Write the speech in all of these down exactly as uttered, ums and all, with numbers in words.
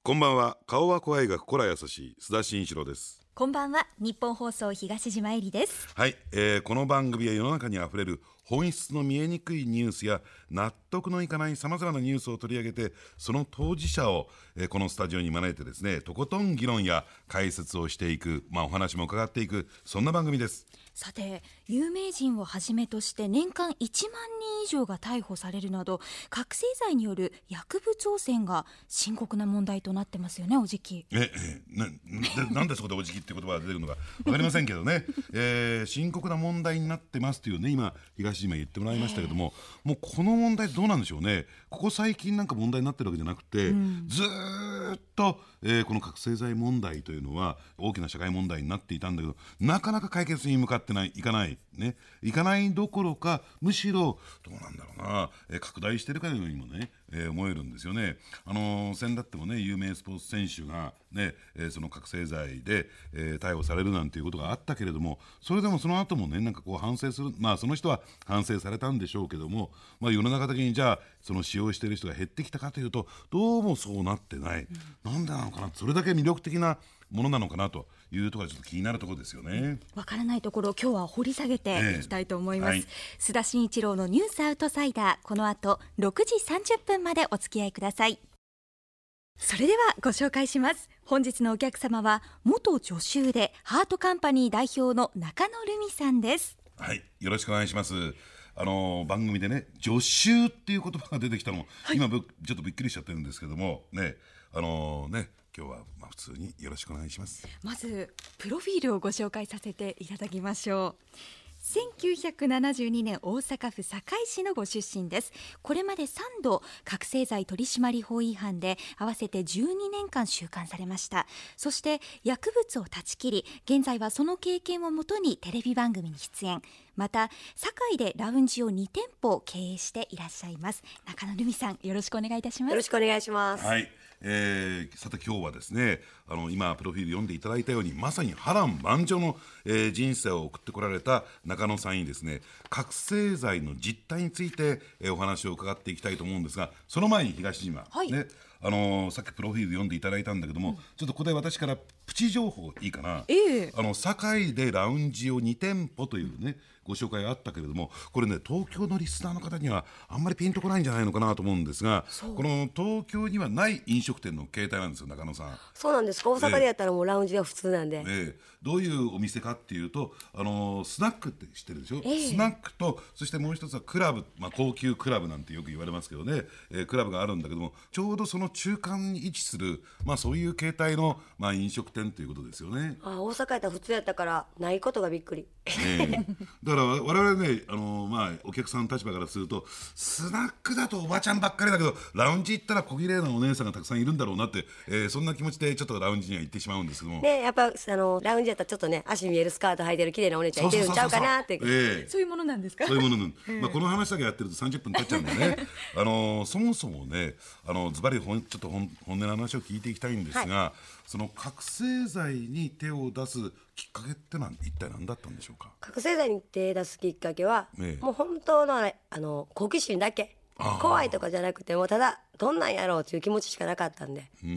こんばんは。顔は怖いが心は優しい須田慎一郎です。 こんばんは。日本放送東島えりです。 はい、えー、この番組は世の中にあふれる本質の見えにくいニュースや納得のいかないさまざまなニュースを取り上げて、その当事者を、えー、このスタジオに招いてですね、とことん議論や解説をしていく、まあ、お話も伺っていく、そんな番組です。 さて、有名人をはじめとして年間いちまんにん以上が逮捕されるなど、覚醒剤による薬物汚染が深刻な問題となってますよね。おじきええな, な, なんでそこでおじきって言葉が出てくるのか分かりませんけどね、えー、深刻な問題になってますというね、今東島言ってもらいましたけども、えー、もうこの問題どうなんでしょうね。ここ最近なんか問題になってるわけじゃなくて、うん、ずーっと、えー、この覚醒剤問題というのは大きな社会問題になっていたんだけど、なかなか解決に向かってないいかないね、いかないどころか、むしろどうなんだろうな、えー、拡大しているかのようにもね、えー、思えるんですよね。あのー、先だってもね、有名スポーツ選手がね、えー、その覚醒剤で、えー、逮捕されるなんていうことがあったけれども、それでもその後もね、なんかこう反省する、まあその人は反省されたんでしょうけども、まあ世の中的にじゃあその使用している人が減ってきたかというと、どうもそうなってない、うん、なんでなのかな、それだけ魅力的なものなのかなというところがちょっと気になるところですよね。 わからないところを今日は掘り下げていきたいと思います、えーはい、須田慎一郎のニュースアウトサイダー、この後ろくじさんじゅっぷんまでお付き合いください。それではご紹介します。本日のお客様は元助手でハートカンパニー代表の中野留美さんです。 はい、よろしくお願いします。あの番組でね、助手っていう言葉が出てきたのも、はい、今僕ちょっとびっくりしちゃってるんですけどもね、あのー、ね今日はまあ普通によろしくお願いします。 まずプロフィールをご紹介させていただきましょう。せんきゅうひゃくななじゅうにねん大阪府堺市のご出身です。これまでさんど覚醒剤取締法違反で合わせてじゅうにねんかん収監されました。そして薬物を断ち切り、現在はその経験をもとにテレビ番組に出演、また堺でラウンジをにてんぽ経営していらっしゃいます。中野留美さん、よろしくお願いいたします。 よろしくお願いします。 はい、えー、さて今日はですね、あの今プロフィール読んでいただいたように、まさに波乱万丈の、えー、人生を送ってこられた中野さんにですね、覚醒剤の実態について、えー、お話を伺っていきたいと思うんですが、その前に東島、 はい、 ね、あのー、さっきプロフィール読んでいただいたんだけども、うん、ちょっとここで私からプチ情報いいかな、 えー、 あの堺でラウンジをにてんぽというね、ご紹介があったけれども、これね、東京のリスナーの方にはあんまりピンとこないんじゃないのかなと思うんですが、この東京にはない飲食店の形態なんですよ、中野さん。 そうなんですか。大阪でやったらもうラウンジは普通なんで、 えーえー、どういうお店かっていうと、あのー、スナックって知ってるでしょ、 えー、 スナックと、そしてもう一つはクラブ、まあ、高級クラブなんてよく言われますけどね、えー、クラブがあるんだけども、ちょうどその中間に位置する、まあ、そういう形態の、まあ、飲食店ということですよね。 あ、大阪やったら普通やったからないことがびっくり、 えー、だから我々ね、あのーまあ、お客さんの立場からすると、スナックだとおばちゃんばっかりだけど、ラウンジ行ったら小綺麗なお姉さんがたくさんいるんだろうなって、えー、そんな気持ちでちょっとラウンジには行ってしまうんですけども、 ね、やっぱあのラウンジやったらちょっとね、足見えるスカート履いてる綺麗なお姉ちゃんいてるんちゃうかなって、 そういうものなんですか。 そういうものなん、えーまあ、この話だけやってるとさんじゅっぷん経っちゃうんでねあのー、そもそもね、あのズバリちょっと本音の話を聞いていきたいんですが、はい、その覚醒剤に手を出すきっかけってのは一体何だったんでしょうか。 覚醒剤に手出すきっかけは、ええ、もう本当の、あの好奇心だけ、怖いとかじゃなくて、もうただどんなんやろうという気持ちしかなかったんで、うん、うん、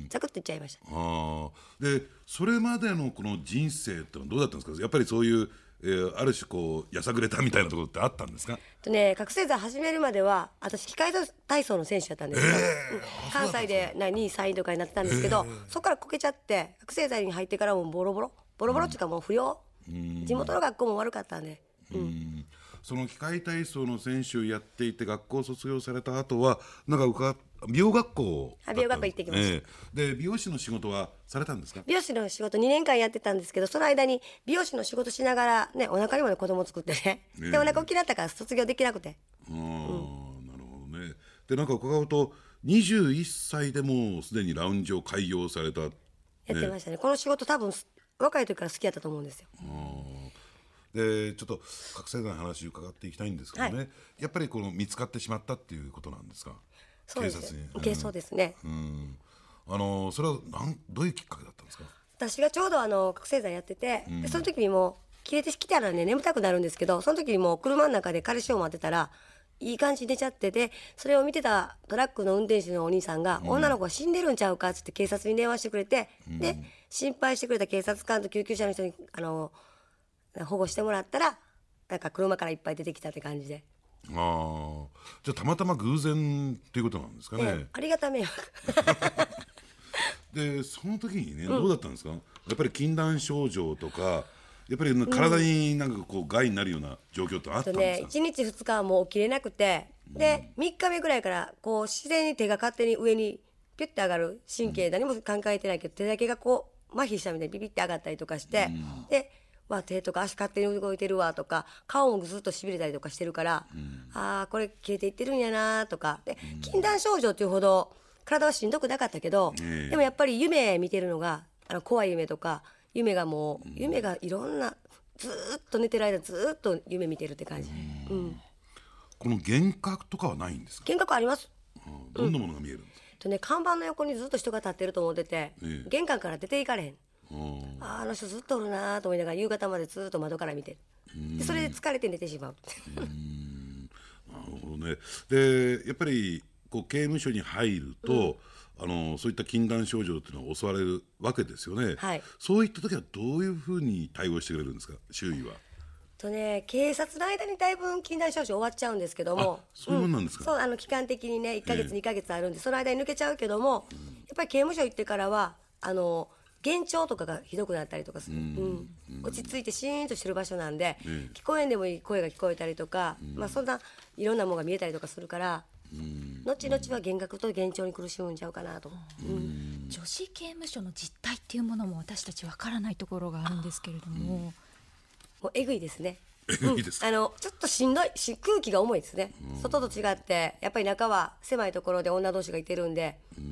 ザクッといっちゃいました。 あでそれまでのこの人生ってのはどうだったんですか。やっぱりそういう、えー、ある種こうやさぐれたみたいなところってあったんですか。 とね、覚醒剤始めるまでは私機械体操の選手だったんですよ、えー、関西でにいさんいとかになってたんですけど、えー、そこからこけちゃって覚醒剤に入ってからもボロボロボロボロっていうかもう不良、うん、地元の学校も悪かったんで、うん、うんその機械体操の選手をやっていて学校を卒業された後はなんか伺っ美容学校美容学校行ってきました、えー、で美容師の仕事はされたんですか。 美容師の仕事にねんかんやってたんですけど、その間に美容師の仕事しながら、ね、お腹にも、ね、子供作ってね、えー、でお腹大きくなったから卒業できなくて、 あ、うん、なるほどね。でなんか伺うとにじゅういっさいでもうすでにラウンジを開業された、 やってましたね。この仕事多分若い時から好きやったと思うんですよ。 あでちょっと覚醒剤の話伺っていきたいんですけどね、はい、やっぱりこの見つかってしまったっていうことなんですか。 そうです、 警察に、 うん、そうですね、 うん、あのそれはなんどういうきっかけだったんですか。 私がちょうどあの覚醒剤やってて、うん、でその時にもう切れてきたらね眠たくなるんですけど、その時にもう車の中で彼氏を待ってたらいい感じに出ちゃってて、それを見てたトラックの運転手のお兄さんが、うん、女の子が死んでるんちゃうかっつって警察に電話してくれて、うん、で心配してくれた警察官と救急車の人にあの保護してもらったら、なんか車からいっぱい出てきたって感じで。 ああ、じゃあたまたま偶然っていうことなんですかね。 ね、ありがた迷惑でその時にね、どうだったんですか、うん、やっぱり禁断症状とかやっぱり体になんかこう害になるような状況ってあったんですか、ね、 いちにちふつかはもう起きれなくて、でみっかめぐらいからこう自然に手が勝手に上にピュッて上がる神経、何も考えてないけど手だけがこう麻痺したみたいにビビって上がったりとかして、うん、でわ手とか足勝手に動いてるわとか、顔もずっとしびれたりとかしてるから、うん、ああこれ消えていってるんやなとかで、うん、禁断症状っていうほど体はしんどくなかったけど、うん、でもやっぱり夢見てるのがあの怖い夢とか、夢がもう、うん、夢がいろんなずっと寝てる間ずっと夢見てるって感じ、うんうん、 この幻覚とかはないんですか？ 幻覚あります、 うん、どんなものが見えるんですか？ とね、看板の横にずっと人が立ってると思ってて、ええ、玄関から出ていかれへん、あ, あの人ずっとおるなと思いながら夕方までずっと窓から見てる。でそれで疲れて寝てしまう。うーんなるほどね。でやっぱりこう刑務所に入ると、うん、あのそういった禁断症状っていうのは襲われるわけですよね、はい、そういった時はどういうふうに対応してくれるんですか、周囲は。 とね、警察の間にだいぶ禁断症状終わっちゃうんですけども、 そういうもんなんですか、 うん、そうあの期間的にねいっかげつ、えー、にかげつあるんでその間に抜けちゃうけども、うん、やっぱり刑務所行ってからはあの幻聴とかがひどくなったりとかする、うんうん、落ち着いてシーンとしてる場所なんで、うん、聞こえんでもいい声が聞こえたりとか、うん、まあ、そんないろんなものが見えたりとかするから、うん、後々は幻覚と幻聴に苦しむんちゃうかなと、うんうん、 女子刑務所の実態っていうものも私たちわからないところがあるんですけれども、うん、 もうえぐいですね。 えぐいです、 うん、あのちょっとしんどいし空気が重いですね、うん、外と違ってやっぱり中は狭いところで女同士がいてるんで、うん、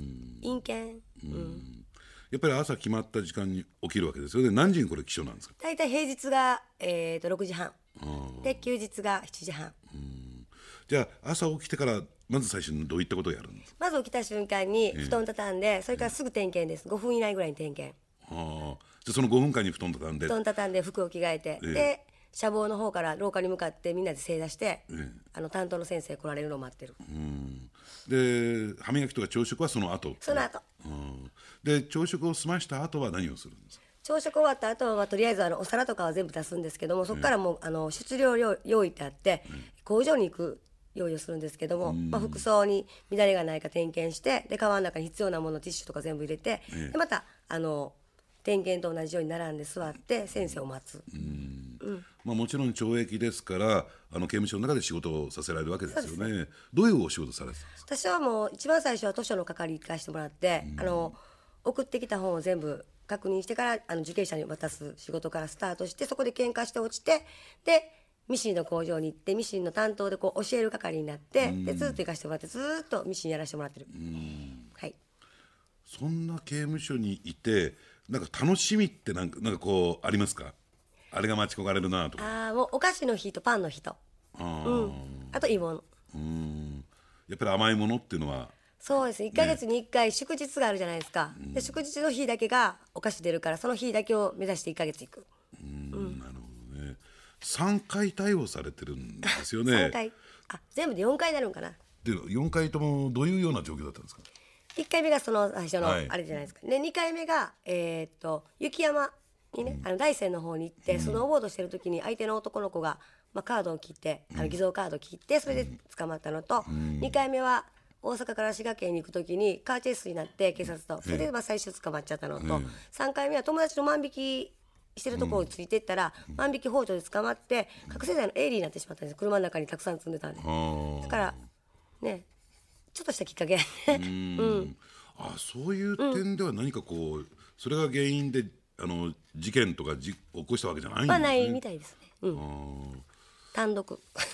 陰険、うんうん、 やっぱり朝決まった時間に起きるわけですよね。何時にこれ起床なんですか？ だいたい平日が、えー、とろくじはんで休日がしちじはん、うん、 じゃあ朝起きてからまず最初にどういったことをやるんですか？ まず起きた瞬間に布団畳んで、えー、それからすぐ点検です。ごふん以内ぐらいに点検、 あじゃあそのごふんかんに布団畳んで布団畳んで服を着替えて、えー、で車房の方から廊下に向かってみんなで正座して、えー、あの担当の先生来られるのを待ってる。 うんで歯磨きとか朝食はその後その後、 うん、で朝食を済ました後は何をするんですか？ 朝食終わった後は、まあ、とりあえずあのお皿とかは全部出すんですけども、そこからもう、えー、あの出量用意ってあって、えー、工場に行く用意をするんですけども、まあ、服装に乱れがないか点検して、で川の中に必要なものティッシュとか全部入れて、えー、でまたあの点検と同じように並んで座って先生を待つ。うんうんまあ、もちろん懲役ですからあの刑務所の中で仕事をさせられるわけですよね。どういうお仕事されてたんですか？ 私はもう一番最初は図書の係行かせてもらって、あの送ってきた本を全部確認してからあの受刑者に渡す仕事からスタートして、そこで喧嘩して落ちて、でミシンの工場に行ってミシンの担当でこう教える係になって、でずっと行かせてもらってずっとミシンやらせてもらってる。うんはい。 そんな刑務所にいてなんか楽しみってなんか、なんかこうありますか？あれが待ち焦がれるなとか。 あもうお菓子の日とパンの日と、あ、うん、あといいもの。 うんやっぱり甘いものっていうのはそうです。いっかげつにいっかい祝日があるじゃないですか、ね、で祝日の日だけがお菓子出るから、その日だけを目指していっかげつ行く。うん、 うん、なるほどね。さんかい逮捕されてるんですよねさんかいあ全部でよんかいになるんかな。 でよんかいともどういうような状況だったんですか？ いっかいめがその最初のあれじゃないですか、はい、でにかいめが、えー、っと雪山にね、うん、あの大山の方に行って、うん、スノーボードしてる時に相手の男の子が、まあ、カードを切って、あの偽造カードを切ってそれで捕まったのと、うん、にかいめは大阪から滋賀県に行く時にカーチェイスになって警察とそれでまあ最終捕まっちゃったのと、うん、さんかいめは友達の万引きしてるところについていったら、うん、万引き包丁で捕まって覚醒剤の営利になってしまったんです。車の中にたくさん積んでたんで、だからねちょっとしたきっかけうん、 うん、あそういう点では何かこう、うん、それが原因であの事件とかじ起こしたわけじゃないんですね。 まあないみたいですね、うん、単独、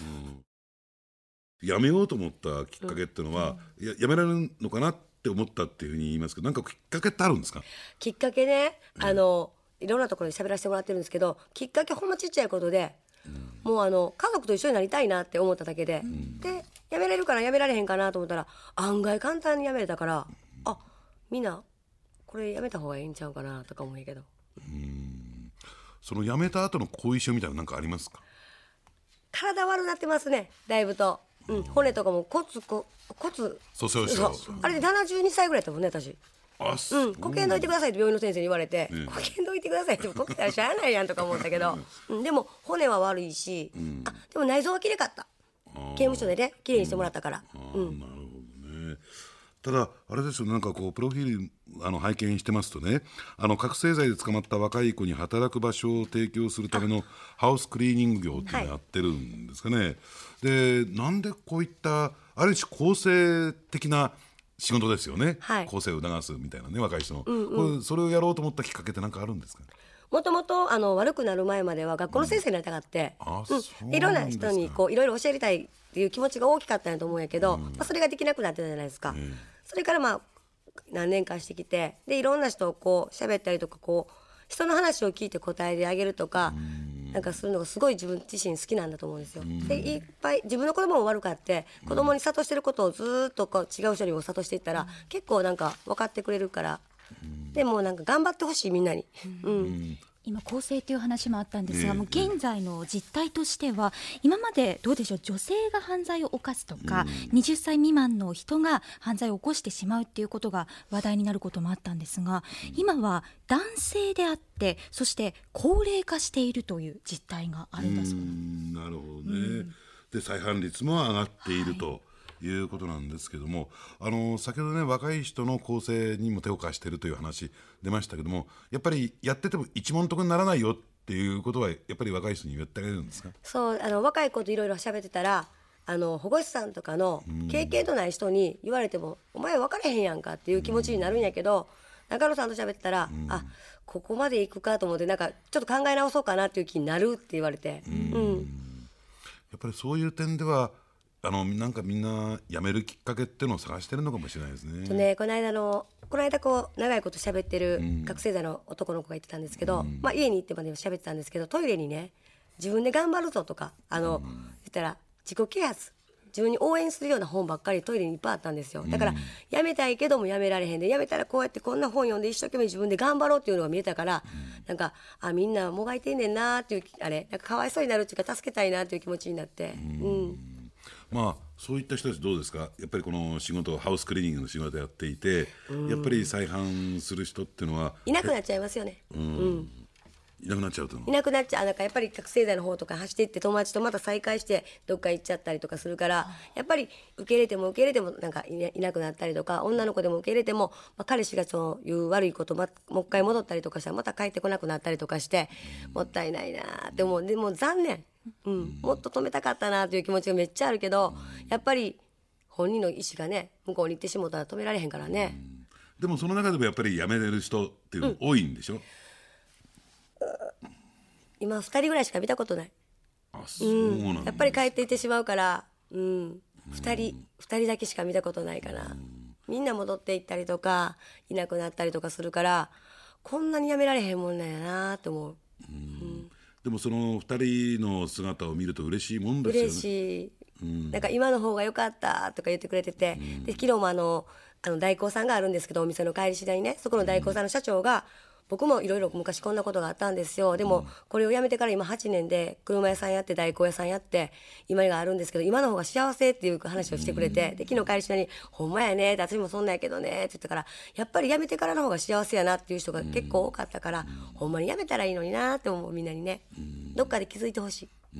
うん、やめようと思ったきっかけっていうのは、うん、や, やめられるのかなって思ったっていうふうに言いますけど、なんかきっかけってあるんですか？ きっかけね、あの、うん、いろんなところで喋らせてもらってるんですけど、きっかけほんまちっちゃいことで、うん、もうあの家族と一緒になりたいなって思っただけで、うん、でやめれるかなやめられへんかなと思ったら案外簡単にやめれたから、あみんなこれやめた方がいいんちゃうかなとか思うんやけど、 うんそのやめた後の後遺症みたいなのなんかありますか？ 体悪なってますねだいぶと。 うん、骨とかも骨こ骨そうそうそうそうあれでななじゅうにさいぐらいだったもんね私。 あすうん、こけんどいてくださいって病院の先生に言われて、 んこけんどいてくださいってこけたらしゃあないやんとか思ったけど、うん、でも骨は悪いし、あでも内臓はきれかった。刑務所でねきれいにしてもらったから、うんなるほどね。ただあれですよ、なんかこうプロフィールあの拝見してますとね、あの覚醒剤で捕まった若い子に働く場所を提供するためのハウスクリーニング業っていうのをやってるんですかね、でなんでこういったある種構成的な仕事ですよね、 はい構成を促すみたいなね、若い人の、うんうん、これそれをやろうと思ったきっかけって何かあるんですか？ もともとあの悪くなる前までは学校の先生になりたかって、 うんあうんそうなんですかいろんな人にこういろいろ教えたいっていう気持ちが大きかったんやと思うんやけど、まあ、それができなくなってたじゃないですか、それからまあ何年間してきて、でいろんな人をこう喋ったりとかこう人の話を聞いて答えてあげるとか、なんかするのがすごい自分自身好きなんだと思うんですよ。でいっぱい自分の子供も悪かって子供に諭してることをずっとこう違う人にも諭していったら、結構なんか分かってくれるから、でもなんか頑張ってほしいみんなに、うん今更生という話もあったんですが、 ねもう現在の実態としては今までどうでしょう、女性が犯罪を犯すとか、はたち未満の人が犯罪を起こしてしまうっていうことが話題になることもあったんですが、今は男性であってそして高齢化しているという実態があるんだそうです。 うんなるほどね、で再犯率も上がっていると、いうことなんですけども、あの先ほどね若い人の更生にも手を貸しているという話出ましたけども、やっぱりやってても一文得にならないよっていうことはやっぱり若い人に言ってあげるんですか？ そうあの若い子といろいろ喋ってたら、あの保護士さんとかの経験のない人に言われても、お前分からへんやんかっていう気持ちになるんやけど、中野さんと喋ってたら、あここまで行くかと思って、なんかちょっと考え直そうかなっていう気になるって言われて、うん、 やっぱりそういう点ではあのなんかみんな辞めるきっかけっていうのを探してるのかもしれないですね。 とねこの間のこの間こう長いこと喋ってる覚醒剤の男の子が言ってたんですけど、まあ、家に行ってまで喋ってたんですけど、トイレにね自分で頑張るぞとかあの、言ったら自己啓発、自分に応援するような本ばっかりトイレにいっぱいあったんですよ。だからやめたいけどもやめられへんで、やめたらこうやってこんな本読んで一生懸命自分で頑張ろうっていうのが見えたから、なんかあみんなもがいてんねんなっていうあれなんかかわいそうになるっていうか助けたいなっていう気持ちになって、うんまあそういった人たちどうですか？やっぱりこの仕事ハウスクリーニングの仕事やっていて、やっぱり再犯する人っていうのはいなくなっちゃいますよね。うん、うんいなくなっちゃうというのいなくなっちゃう。なんかやっぱり覚醒剤の方とか走っていって友達とまた再会してどっか行っちゃったりとかするから、やっぱり受け入れても受け入れてもなんかいな、いなくなったりとか、女の子でも受け入れても、まあ、彼氏がそういう悪いこと、ま、もう一回戻ったりとかしたらまた帰ってこなくなったりとかして、もったいないなって思う。でも残念、うん、もっと止めたかったなという気持ちがめっちゃあるけど、やっぱり本人の意思がね向こうに行ってしもたら止められへんからね。 でもその中でもやっぱり辞めれる人っていうの多いんでしょ？ 今ふたりぐらいしか見たことない。 あそうなんです、うん、 やっぱり帰っていってしまうから、うん、ふたりふたりだけしか見たことないかな。みんな戻っていったりとかいなくなったりとかするから、こんなにやめられへんもんなんやなって思う。うん、 でもそのふたりの姿を見ると嬉しいもんですよね。 嬉しい、うん、なんか今の方が良かったとか言ってくれてて、うん、で昨日もあのあの代行さんがあるんですけど、お店の帰り次第ね、そこの代行さんの社長が、僕もいろいろ昔こんなことがあったんですよ、でもこれをやめてから今はちねんで車屋さんやって代行屋さんやって今があるんですけど、今の方が幸せっていう話をしてくれて、で昨日帰りしなにほんまやねって、私もそんなんやけどねって言ったから、やっぱりやめてからの方が幸せやなっていう人が結構多かったから、ほんまにやめたらいいのになって思う。みんなにねどっかで気づいてほしい。うん、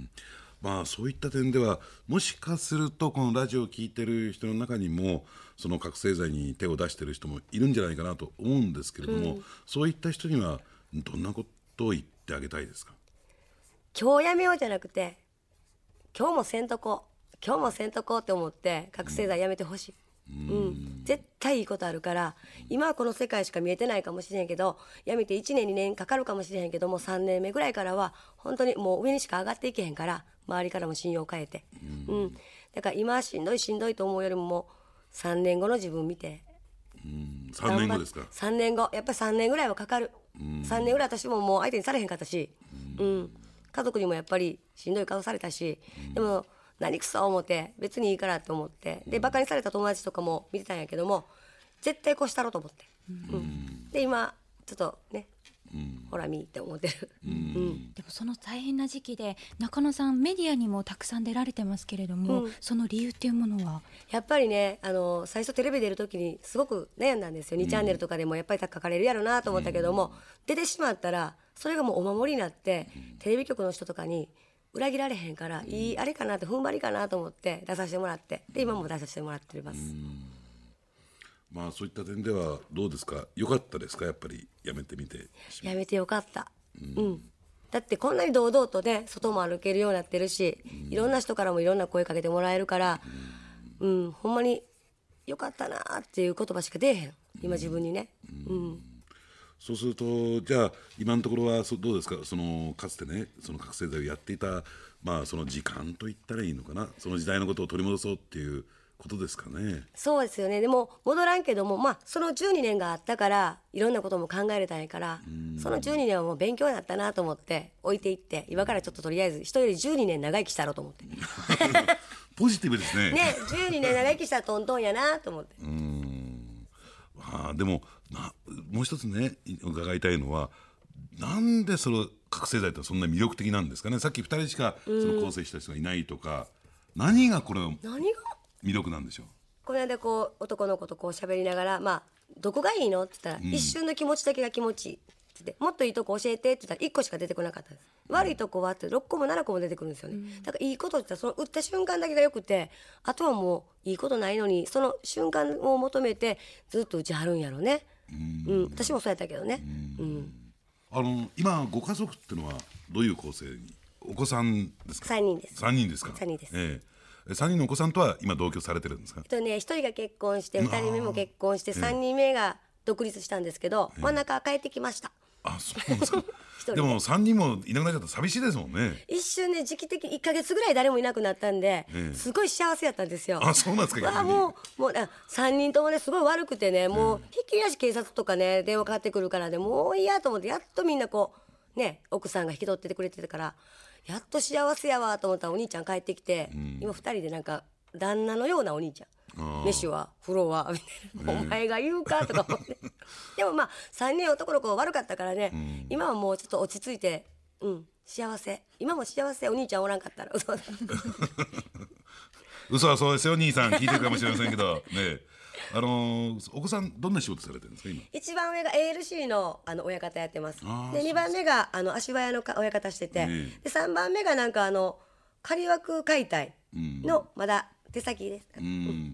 まあそういった点ではもしかするとこのラジオを聞いてる人の中にもその覚醒剤に手を出してる人もいるんじゃないかなと思うんですけれども、うん、そういった人にはどんなことを言ってあげたいですか？ 今日やめようじゃなくて、今日もせんとこ今日もせんとこって思って覚醒剤やめてほしい。うんうん、絶対いいことあるから、今はこの世界しか見えてないかもしれへんけど、やめていちねんにねんかかるかもしれへんけども、さんねんめぐらいからは本当にもう上にしか上がっていけへんから、周りからも信用を変えて、うん、うん、だから今はしんどいしんどいと思うよりももうさんねんごの自分見て、 うん、さんねんごですか？ さんねんごやっぱりさんねんぐらいはかかる、うん、さんねんぐらい私ももう相手にされへんかったし、うんうん、家族にもやっぱりしんどい顔されたし、うん、でも何くそ思って別にいいからって思って、でバカにされた友達とかも見てたんやけども、絶対こうしたろうと思って、うんうん、で今ちょっとねうん、 ほら見って思ってる、 うんうん、 でもその大変な時期で中野さんメディアにもたくさん出られてますけれども、うん、その理由っていうものはやっぱりね、あの最初テレビ出る時にすごく悩んだんですよ、うん、にチャンネルとかでもやっぱり書かれるやろなと思ったけども、うん、出てしまったらそれがもうお守りになって、うん、テレビ局の人とかに裏切られへんから、うん、いいあれかなって踏ん張りかなと思って出させてもらって、で今も出させてもらってます、うん、 まあそういった点ではどうですか、良かったですか、やっぱりやめてみて。 やめてよかった、うんうん、だってこんなに堂々とね外も歩けるようになってるし、うん、いろんな人からもいろんな声かけてもらえるから、うん、うん、ほんまによかったなっていう言葉しか出えへん今自分にね、うんうん、 そうするとじゃあ今のところはそどうですか、そのかつてねその覚醒剤をやっていた、まあその時間と言ったらいいのかな、その時代のことを取り戻そうっていうことですかね。 そうですよね。でも戻らんけども、まあそのじゅうにねんがあったからいろんなことも考えれたんやから、そのじゅうにねんはもう勉強になったなと思って置いていって、今からちょっととりあえず人よりじゅうにねん長生きしたろうと思ってポジティブですね。 ね、じゅうにねん長生きしたらトントンやなと思って。 うーん、まあ、でもなもう一つね伺いたいのは、なんでその覚醒剤ってそんな魅力的なんですかね。さっきふたりしかその構成した人がいないとか、何がこれ何が魅力なんでしょう。 この間こう男の子とこう喋りながら、まあどこがいいのって言ったら、うん、一瞬の気持ちだけが気持ちいいって言って、もっといいとこ教えてって言ったらいっこしか出てこなかったです、うん、悪いとこはってろっこもななこも出てくるんですよね、うん、だからいいことって言ったらその打った瞬間だけがよくて、あとはもういいことないのにその瞬間を求めてずっと打ちはるんやろうね、うんうん、私もそうやったけどね、うんうん、 あの今ご家族ってのはどういう構成に、お子さんですか。 さんにんです。 さんにんですか。 さんにんです、 ええ、さんにんのお子さんとは今同居されてるんですか。 えっとね、ひとりが結婚してふたりめも結婚して、さんにんめが独立したんですけど、真ん中は帰ってきました。 あ、そうなんですかで, でもさんにんもいなくなっちゃったら寂しいですもんね。 一瞬ね時期的いっかげつぐらい誰もいなくなったんで、ええ、すごい幸せやったんですよ。 あ、そうなんですか。 わあもうもうさんにんともねすごい悪くてね、もうひっきりなし警察とかね電話かかってくるからね、もう嫌と思って、やっとみんなこうね奥さんが引き取っててくれてたからやっと幸せやわと思ったら、お兄ちゃん帰ってきて、うん、今ふたりでなんか旦那のようなお兄ちゃん、飯は風呂はみたいな、お前が言うかとか思ってでもまあさんにん男の子悪かったからね、うん、今はもうちょっと落ち着いて、うん、幸せ、今も幸せ。お兄ちゃんおらんかったら嘘だ嘘はそうですよ、兄さん聞いてるかもしれませんけどね。あのー、お子さんどんな仕事されてるんですか今。 一番上が エーエルシー の, あの親方やってます。でにばんめがあの足早の親方してて、ね、でさんばんめがなんかあの仮枠解体のまだ手先です、 うんうん、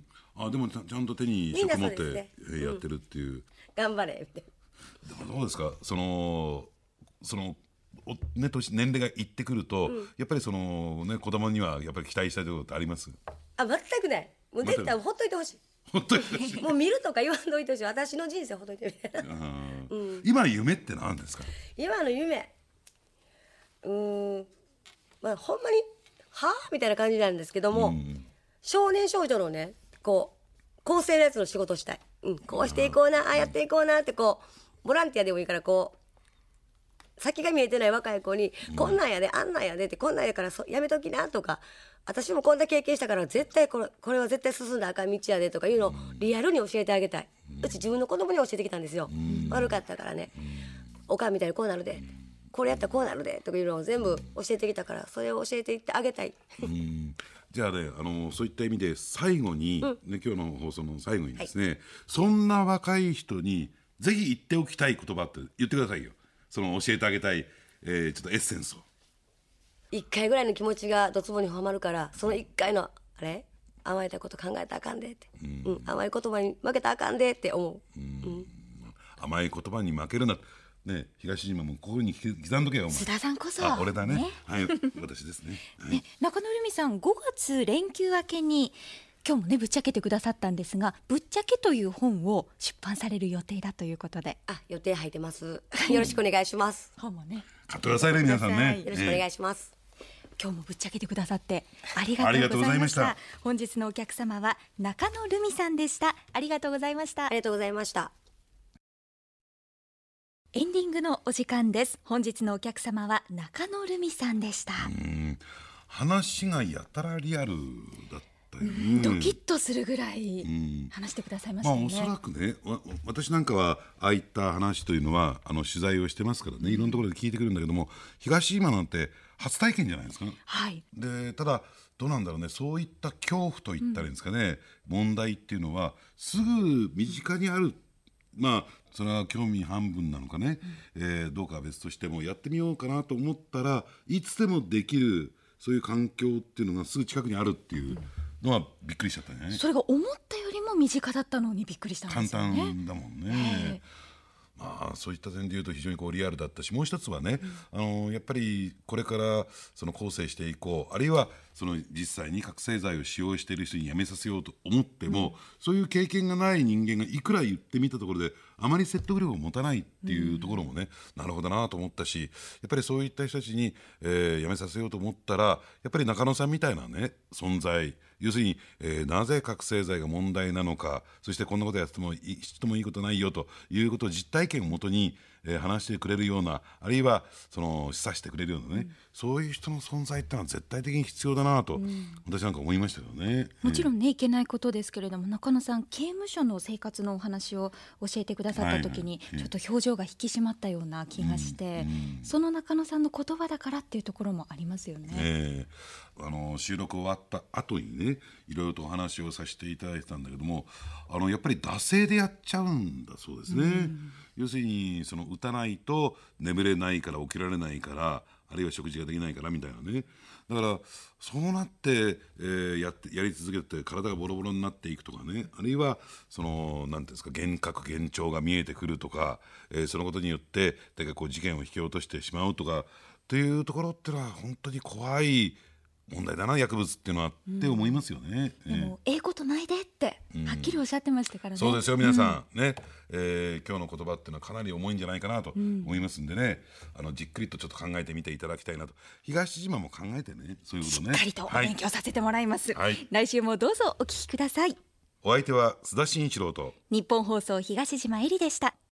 あでもちゃんと手に職持ってやってるっていう、うん、 頑張れみたいな。でもどうですか、そのそのお、ね、年年齢がいってくると、うん、やっぱりその、ね、子供にはやっぱり期待したいところってあります。 あ全くない。もう絶対ほっといてほしい。ほっといてほしいもう見るとか言わんといてほしい。私の人生ほっといてみたいな、 うん、今の夢って何ですか。 今の夢うーん、まあ、ほんまにはあみたいな感じなんですけども、うん、少年少女のねこう構成のやつの仕事をしたい、うん、こうしていこうな、ああやっていこうなってこうボランティアでもいいからこう先が見えてない若い子に、うん、こんなんやであんなんやでって、こんなんやからそやめときなとか、私もこんな経験したから絶対これこれは絶対進んだらあかん道やでとかいうのをリアルに教えてあげたい、うん、うち自分の子供に教えてきたんですよ、うん、悪かったからね、うん、おかんみたいにこうなるで、うん、これやったらこうなるでとかいうのを全部教えてきたから、それを教えていってあげたいうんじゃあね、あのそういった意味で最後に、うんね、今日の放送の最後にですね、はい、そんな若い人にぜひ言っておきたい言葉って言ってくださいよ。その教えてあげたい、えー、ちょっとエッセンスを。 いっかいぐらいの気持ちがドツボにはまるから、そのいっかいのあれ甘えたこと考えたらあかんでって、うんうん、甘い言葉に負けたらあかんでって思う、うんうん、 甘い言葉に負けるなね、東島もここに刻んどけよ。 須田さんこそ。 あ、俺だね。ねはい私ですね。はい、 ね中野留美さんごがつ連休明けに今日もねぶっちゃけてくださったんですが、ぶっちゃけという本を出版される予定だということで。 あ、予定入ってます。よろしくお願いします。 本もね買ってくださいね皆さんね。 よろしくお願いします。 えー、今日もぶっちゃけてくださってありがとうございました。本日のお客様は中野留美さんでした。ありがとうございました。 ありがとうございました。 エンディングのお時間です。本日のお客様は中野留美さんでした。 うん話がやたらリアルだっったよね。 ドキッとするぐらい話してくださいましたよね。 まあ、おそらくね、わ私なんかはああいった話というのはあの取材をしてますからね、いろんなところで聞いてくるんだけども、東今なんて初体験じゃないですか。 はい、 でただどうなんだろうね、そういった恐怖といったらいいんですかね、うん、問題っていうのはすぐ身近にある。まあそれは興味半分なのかね、うんえー、どうかは別としてもやってみようかなと思ったらいつでもできるそういう環境っていうのがすぐ近くにあるっていうのはびっくりしちゃったね。 それが思ったよりも身近だったのにびっくりしたんですよね。 簡単だもんね。まあ、そういった点で言うと非常にこうリアルだったし、もう一つはね、うん、あのやっぱりこれからその構成していこう、あるいはその実際に覚醒剤を使用している人にやめさせようと思っても、うん、そういう経験がない人間がいくら言ってみたところであまり説得力を持たないっていうところもね、うん、なるほどなと思ったし、やっぱりそういった人たちに、えー、やめさせようと思ったらやっぱり中野さんみたいなね存在、要するに、えー、なぜ覚醒剤が問題なのか、そしてこんなことやってもいいしてもいいことないよということを実体験をもとに、えー、話してくれるような、あるいはその示唆してくれるようなね、うん、そういう人の存在ってのは絶対的に必要だなと、うん、私なんか思いましたよね。 もちろんね、いけないことですけれども、中野さん刑務所の生活のお話を教えてくださった時に、はいはい、ちょっと表情が引き締まったような気がして、うんうん、その中野さんの言葉だからっていうところもありますよね。 えー、あの収録終わった後にねいろいろとお話をさせていただいてたんだけども、あのやっぱり惰性でやっちゃうんだそうですね。うん、要するにその打たないと眠れないから起きられないから、あるいは食事ができないからみたいなね。だからそうなって、えー、やってやり続けて体がボロボロになっていくとかね、あるいはそのなんていうんですか、幻覚幻聴が見えてくるとか、えー、そのことによってだからこう事件を引き落としてしまうとかっていうところってのは本当に怖い問題だな、薬物っていうのは、うん、って思いますよね。 でも、えー、ええことないでってはっきりおっしゃってましたからね。 そうですよ皆さん、うん、ね、えー、今日の言葉っていうのはかなり重いんじゃないかなと思いますんでね、うん、あのじっくりとちょっと考えてみていただきたいなと。東島も考えてね、そういうことね、 しっかりとお勉強させてもらいます、はい、来週もどうぞお聞きください。 お相手は須田慎一郎と日本放送東島えりでした。